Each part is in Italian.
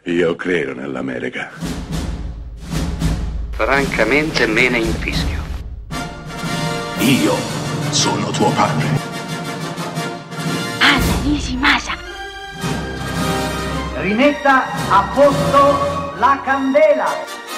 Io credo nell'America. Francamente me ne infischio. Io sono tuo padre. Anna Nishimasa. Rimetta a posto la candela.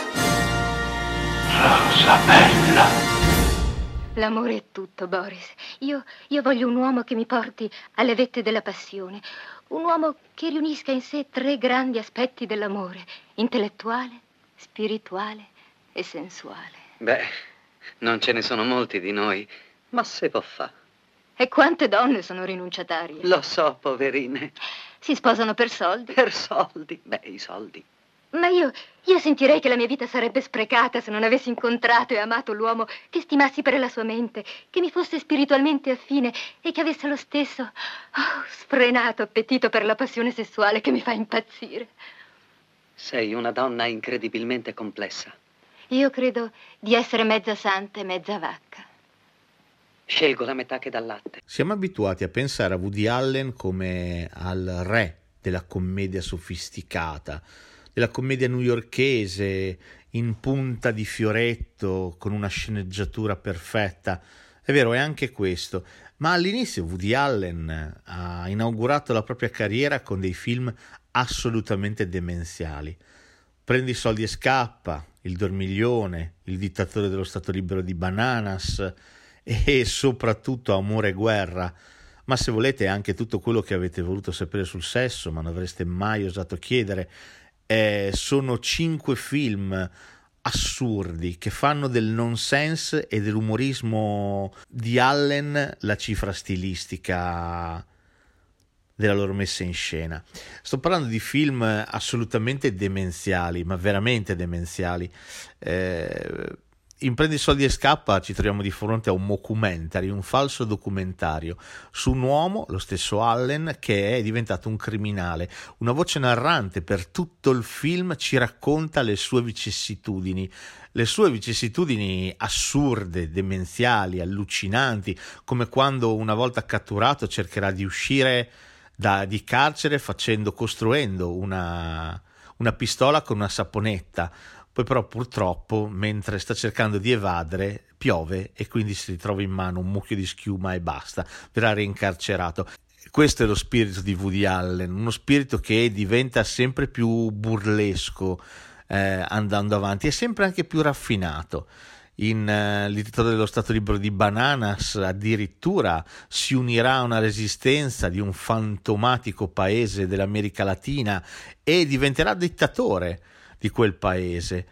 Rosa bella. L'amore è tutto, Boris. Io voglio un uomo che mi porti alle vette della passione. Un uomo che riunisca in sé 3 grandi aspetti dell'amore: intellettuale, spirituale e sensuale. Beh, non ce ne sono molti di noi, ma se può fa. E quante donne sono rinunciatarie? Lo so, poverine. Si sposano per soldi. Per soldi? Beh, i soldi. Ma io sentirei che la mia vita sarebbe sprecata se non avessi incontrato e amato l'uomo che stimassi per la sua mente, che mi fosse spiritualmente affine e che avesse lo stesso sfrenato appetito per la passione sessuale che mi fa impazzire. Sei una donna incredibilmente complessa. Io credo di essere mezza santa e mezza vacca. Scelgo la metà che dà latte. Siamo abituati a pensare a Woody Allen come al re della commedia sofisticata, della commedia newyorkese in punta di fioretto con una sceneggiatura perfetta. È vero, è anche questo, ma all'inizio Woody Allen ha inaugurato la propria carriera con dei film assolutamente demenziali. Prendi i soldi e scappa, Il Dormiglione, Il dittatore dello Stato libero di Bananas e soprattutto Amore e guerra. Ma se volete anche tutto quello che avete voluto sapere sul sesso ma non avreste mai osato chiedere. Sono 5 film assurdi che fanno del nonsense e dell'umorismo di Allen la cifra stilistica della loro messa in scena. Sto parlando di film assolutamente demenziali, ma veramente demenziali. In Prendi soldi e scappa ci troviamo di fronte a un mockumentary, un falso documentario su un uomo, lo stesso Allen, che è diventato un criminale. Una voce narrante per tutto il film ci racconta le sue vicissitudini assurde, demenziali, allucinanti, come quando una volta catturato cercherà di uscire di carcere costruendo una pistola con una saponetta. Poi però purtroppo, mentre sta cercando di evadere, piove e quindi si ritrova in mano un mucchio di schiuma e basta, verrà reincarcerato. Questo è lo spirito di Woody Allen, uno spirito che diventa sempre più burlesco andando avanti, e sempre anche più raffinato. In Il dittatore dello Stato libero di Bananas addirittura si unirà a una resistenza di un fantomatico paese dell'America Latina e diventerà dittatore di quel paese.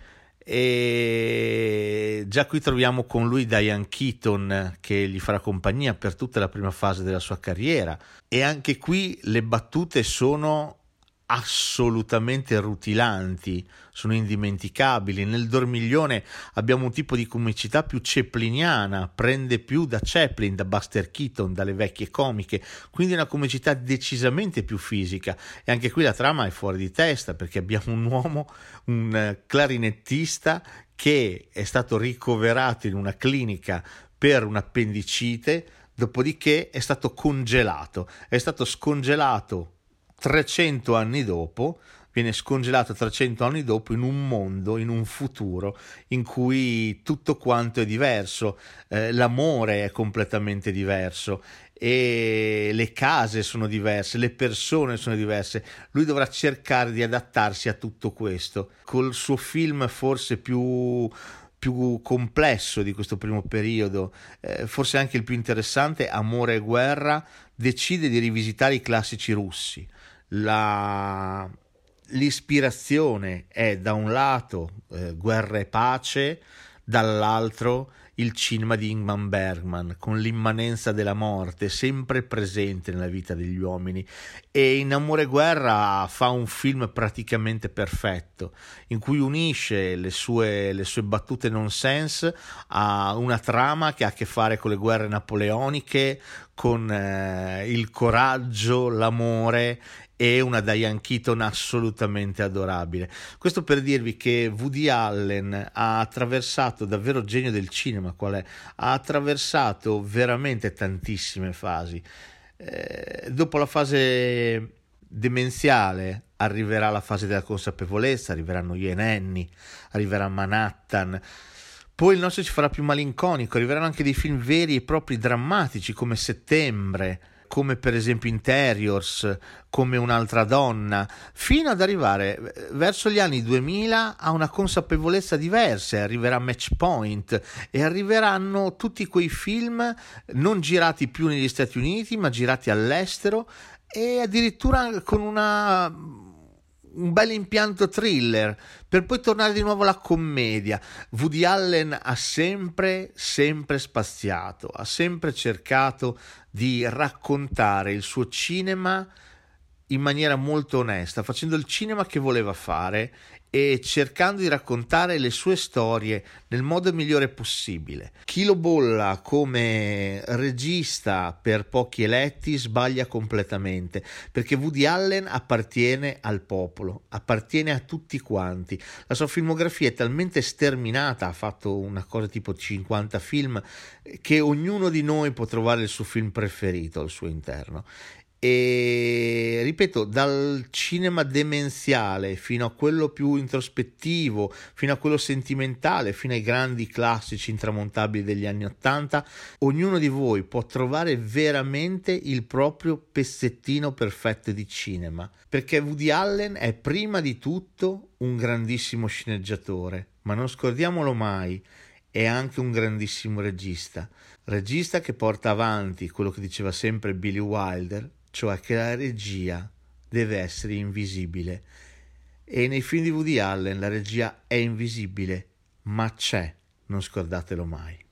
E già qui troviamo con lui Diane Keaton che gli farà compagnia per tutta la prima fase della sua carriera, e anche qui le battute sono assolutamente rutilanti, sono indimenticabili. Nel Dormiglione abbiamo un tipo di comicità più chapliniana, prende più da Chaplin, da Buster Keaton, dalle vecchie comiche, quindi una comicità decisamente più fisica. E anche qui la trama è fuori di testa, perché abbiamo un uomo, un clarinettista che è stato ricoverato in una clinica per un'appendicite, dopodiché è stato scongelato 300 anni dopo, viene scongelato 300 anni dopo in un mondo, in un futuro in cui tutto quanto è diverso, l'amore è completamente diverso e le case sono diverse, le persone sono diverse. Lui dovrà cercare di adattarsi a tutto questo. Col suo film forse più complesso di questo primo periodo, forse anche il più interessante, Amore e guerra, decide di rivisitare i classici russi. L'ispirazione è da un lato Guerra e pace, dall'altro il cinema di Ingmar Bergman, con l'immanenza della morte sempre presente nella vita degli uomini, e in Amore e guerra fa un film praticamente perfetto in cui unisce le sue battute nonsense a una trama che ha a che fare con le guerre napoleoniche, con il coraggio, l'amore e una Diane Keaton assolutamente adorabile. Questo per dirvi che Woody Allen ha attraversato, davvero genio del cinema qual è, ha attraversato veramente tantissime fasi. Dopo la fase demenziale arriverà la fase della consapevolezza, arriveranno Io e Nanny, arriverà Manhattan. Poi il nostro ci farà più malinconico, arriveranno anche dei film veri e propri drammatici come Settembre, come per esempio Interiors, come Un'altra donna, fino ad arrivare verso gli anni 2000 a una consapevolezza diversa. Arriverà Match Point e arriveranno tutti quei film non girati più negli Stati Uniti ma girati all'estero, e addirittura con un bel impianto thriller, per poi tornare di nuovo alla commedia. Woody Allen ha sempre spaziato, ha sempre cercato di raccontare il suo cinema in maniera molto onesta, facendo il cinema che voleva fare e cercando di raccontare le sue storie nel modo migliore possibile. Chi lo bolla come regista per pochi eletti sbaglia completamente, perché Woody Allen appartiene al popolo, appartiene a tutti quanti. La sua filmografia è talmente sterminata, ha fatto una cosa tipo 50 film, che ognuno di noi può trovare il suo film preferito al suo interno. E ripeto, dal cinema demenziale fino a quello più introspettivo, fino a quello sentimentale, fino ai grandi classici intramontabili degli anni '80, ognuno di voi può trovare veramente il proprio pezzettino perfetto di cinema, perché Woody Allen è prima di tutto un grandissimo sceneggiatore, ma non scordiamolo mai, è anche un grandissimo regista che porta avanti quello che diceva sempre Billy Wilder, cioè che la regia deve essere invisibile. E nei film di Woody Allen la regia è invisibile, ma c'è, non scordatelo mai.